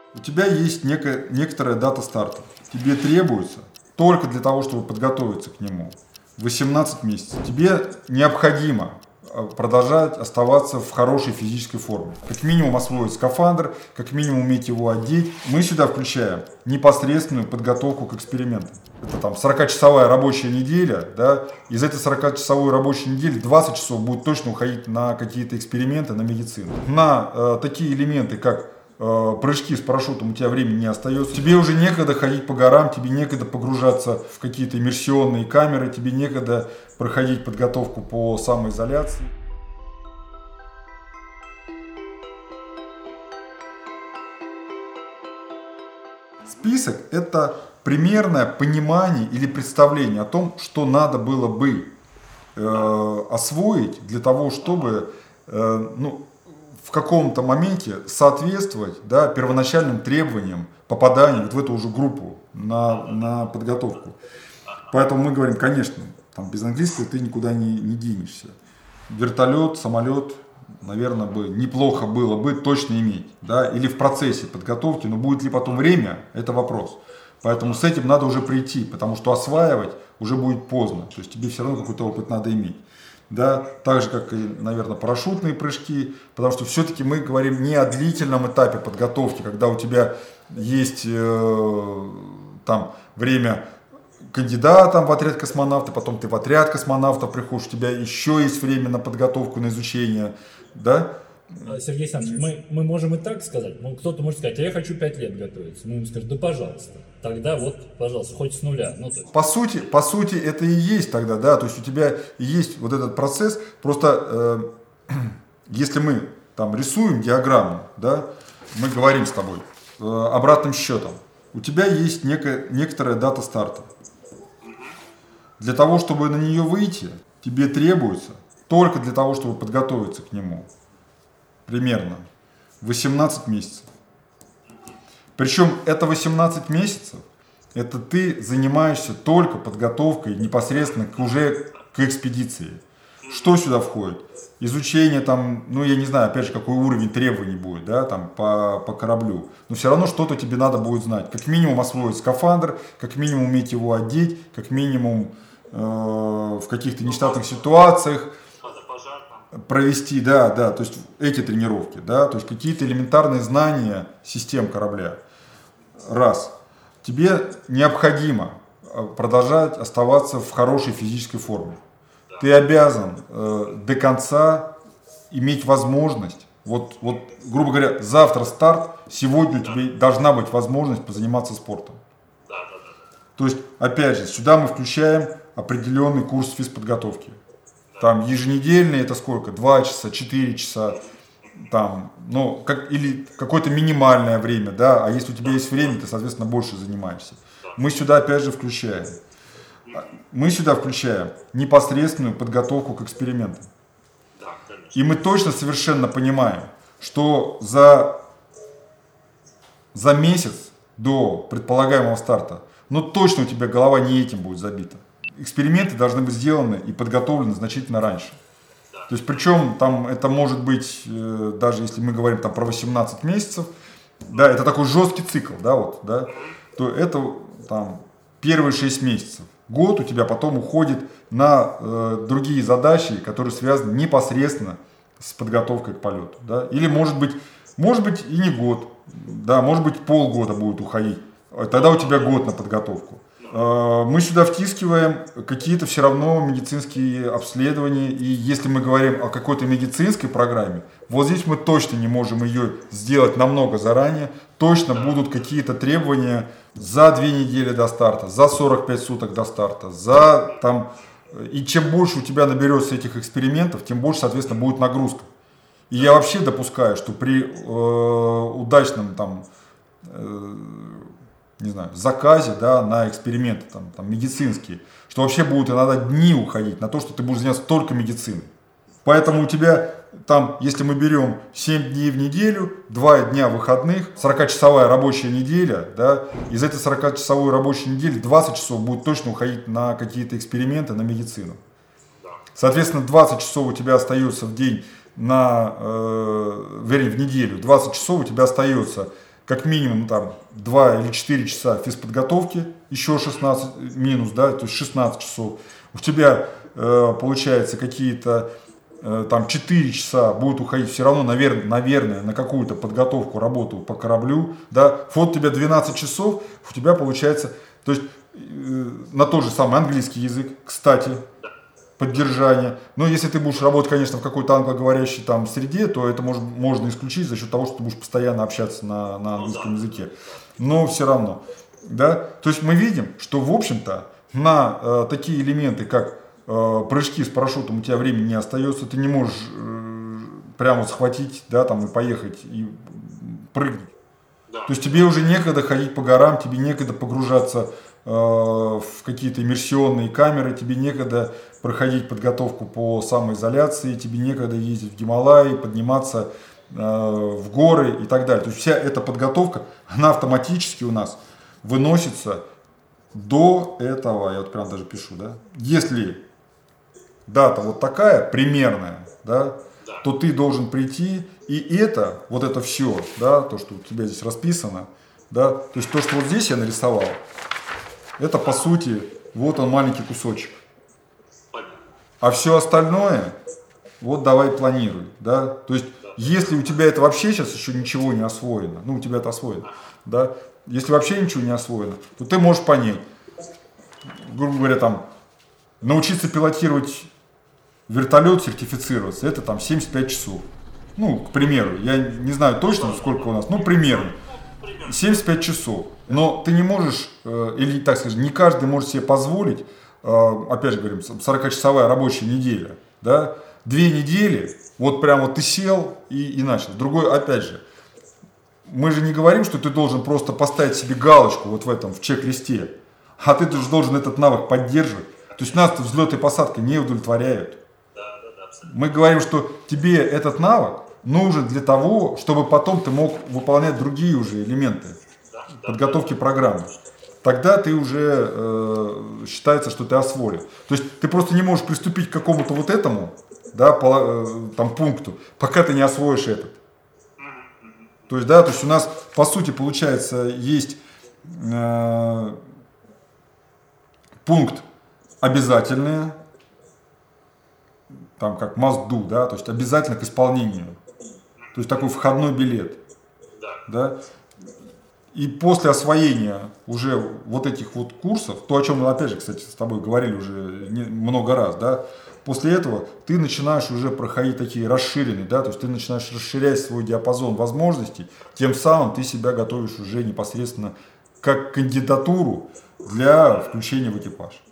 У тебя есть некоторая дата старта. Тебе требуется только для того, чтобы подготовиться к нему 18 месяцев. Тебе необходимо продолжать оставаться в хорошей физической форме. Как минимум освоить скафандр, как минимум уметь его одеть. Мы сюда включаем непосредственную подготовку к экспериментам. Это там 40-часовая рабочая неделя, да, из этой 40-часовой рабочей недели 20 часов будет точно уходить на какие-то эксперименты, на медицину. На такие элементы, как прыжки с парашютом, у тебя времени не остается. Тебе уже некогда ходить по горам, тебе некогда погружаться в какие-то иммерсионные камеры, тебе некогда проходить подготовку по самоизоляции. Список – это примерное понимание или представление о том, что надо было бы освоить для того, чтобы в каком-то моменте соответствовать, да, первоначальным требованиям попадания вот в эту уже группу на подготовку. Поэтому мы говорим, конечно, там без английского ты никуда не денешься. Вертолет, самолет, наверное, бы неплохо было бы точно иметь, да, или в процессе подготовки, но будет ли потом время, это вопрос. Поэтому с этим надо уже прийти, потому что осваивать уже будет поздно, то есть тебе все равно какой-то опыт надо иметь. Да, так же, как и, наверное, парашютные прыжки, потому что все-таки мы говорим не о длительном этапе подготовки, когда у тебя есть там время кандидатом в отряд космонавтов, потом ты в отряд космонавтов приходишь, у тебя еще есть время на подготовку, на изучение, да? Сергей Александрович, мы можем и так сказать, кто-то может сказать, а я хочу 5 лет готовиться, мы ему скажем, да пожалуйста, тогда вот, пожалуйста, хоть с нуля. Ну, то есть. По сути, это и есть тогда, да, то есть у тебя есть вот этот процесс, просто если мы там рисуем диаграмму, да, мы говорим с тобой обратным счетом, у тебя есть некоторая дата старта. Для того, чтобы на нее выйти, тебе требуется только для того, чтобы подготовиться к нему, примерно 18 месяцев. Причем это 18 месяцев, это ты занимаешься только подготовкой непосредственно к экспедиции. Что сюда входит? Изучение там, я не знаю, опять же, какой уровень требований будет, да, там по кораблю. Но все равно что-то тебе надо будет знать. Как минимум освоить скафандр, как минимум уметь его одеть, как минимум в каких-то нештатных ситуациях провести, да, то есть эти тренировки, да, то есть какие-то элементарные знания систем корабля. Раз. Тебе необходимо продолжать оставаться в хорошей физической форме. Ты обязан до конца иметь возможность, вот, грубо говоря, завтра старт, сегодня у тебя должна быть возможность позаниматься спортом. То есть, опять же, сюда мы включаем определенный курс физподготовки. Там еженедельный, это сколько? 2 часа, 4 часа, там, или какое-то минимальное время, да, а если у тебя есть время, ты, соответственно, больше занимаешься. Мы сюда, опять же, включаем непосредственную подготовку к экспериментам. И мы точно совершенно понимаем, что за месяц до предполагаемого старта, точно у тебя голова не этим будет забита. Эксперименты должны быть сделаны и подготовлены значительно раньше. То есть, причем там это может быть, даже если мы говорим там про 18 месяцев, да, это такой жесткий цикл, да, то это там первые 6 месяцев. Год у тебя потом уходит на другие задачи, которые связаны непосредственно с подготовкой к полету. Да? Или может быть и не год, да, может быть полгода будет уходить. Тогда у тебя год на подготовку. Мы сюда втискиваем какие-то все равно медицинские обследования. И если мы говорим о какой-то медицинской программе, вот здесь мы точно не можем ее сделать намного заранее. Точно будут какие-то требования за 2 недели до старта, за 45 суток до старта, и чем больше у тебя наберется этих экспериментов, тем больше, соответственно, будет нагрузка. И я вообще допускаю, что при удачном заказе, да, на эксперименты медицинские, что вообще будут иногда дни уходить на то, что ты будешь заниматься только медициной. Поэтому у тебя если мы берем 7 дней в неделю, 2 дня выходных, 40-часовая рабочая неделя, да, из этой 40-часовой рабочей недели 20 часов будет точно уходить на какие-то эксперименты, на медицину. Соответственно, 20 часов у тебя остается в день в неделю, 20 часов у тебя остается как минимум там 2 или 4 часа физподготовки, еще 16 минус, да, то есть 16 часов. У тебя получается какие-то там 4 часа будет уходить все равно, наверное, на какую-то подготовку, работу по кораблю, да, вот у тебя 12 часов, у тебя получается, то есть на тот же самый английский язык, кстати, поддержание. Но если ты будешь работать, конечно, в какой-то англоговорящей там среде, то это можно исключить за счет того, что ты будешь постоянно общаться на английском языке. Но все равно, да, то есть мы видим, что в общем-то на такие элементы, как прыжки с парашютом, у тебя времени не остается, ты не можешь прямо схватить, да, там и поехать и прыгнуть. Да. То есть тебе уже некогда ходить по горам, тебе некогда погружаться в какие-то иммерсионные камеры, тебе некогда проходить подготовку по самоизоляции, тебе некогда ездить в Гималаи, подниматься в горы и так далее. То есть вся эта подготовка, она автоматически у нас выносится до этого, я вот прям даже пишу, да, если дата вот такая, примерная, да, то ты должен прийти, и это, вот это все, да, то, что у тебя здесь расписано, да, то есть то, что вот здесь я нарисовал, это по сути, вот он маленький кусочек. А все остальное, вот давай планируй, да, то есть если у тебя это вообще сейчас еще ничего не освоено, ну у тебя это освоено, да, если вообще ничего не освоено, то ты можешь понять, грубо говоря, там, научиться пилотировать вертолет, сертифицироваться, это там 75 часов. Ну, к примеру, я не знаю точно, сколько у нас, ну, примерно, 75 часов. Но ты не можешь, или так скажем, не каждый может себе позволить, опять же говорим, 40-часовая рабочая неделя, да, 2 недели, вот прям вот ты сел и начал. Другой, опять же, мы же не говорим, что ты должен просто поставить себе галочку вот в этом, в чек-листе, а ты же должен этот навык поддерживать. То есть нас взлет и посадка не удовлетворяют. Мы говорим, что тебе этот навык нужен для того, чтобы потом ты мог выполнять другие уже элементы подготовки программы. Тогда ты уже считается, что ты освоил. То есть ты просто не можешь приступить к какому-то вот этому, да, там, пункту, пока ты не освоишь этот. То есть, да, то есть у нас по сути получается есть пункт обязательные, там как must do, да, то есть обязательно к исполнению. То есть такой входной билет. Да. И после освоения уже вот этих вот курсов, то, о чем мы опять же, кстати, с тобой говорили уже много раз, да, после этого ты начинаешь уже проходить такие расширенные, да, то есть ты начинаешь расширять свой диапазон возможностей, тем самым ты себя готовишь уже непосредственно как кандидатуру для включения в экипаж.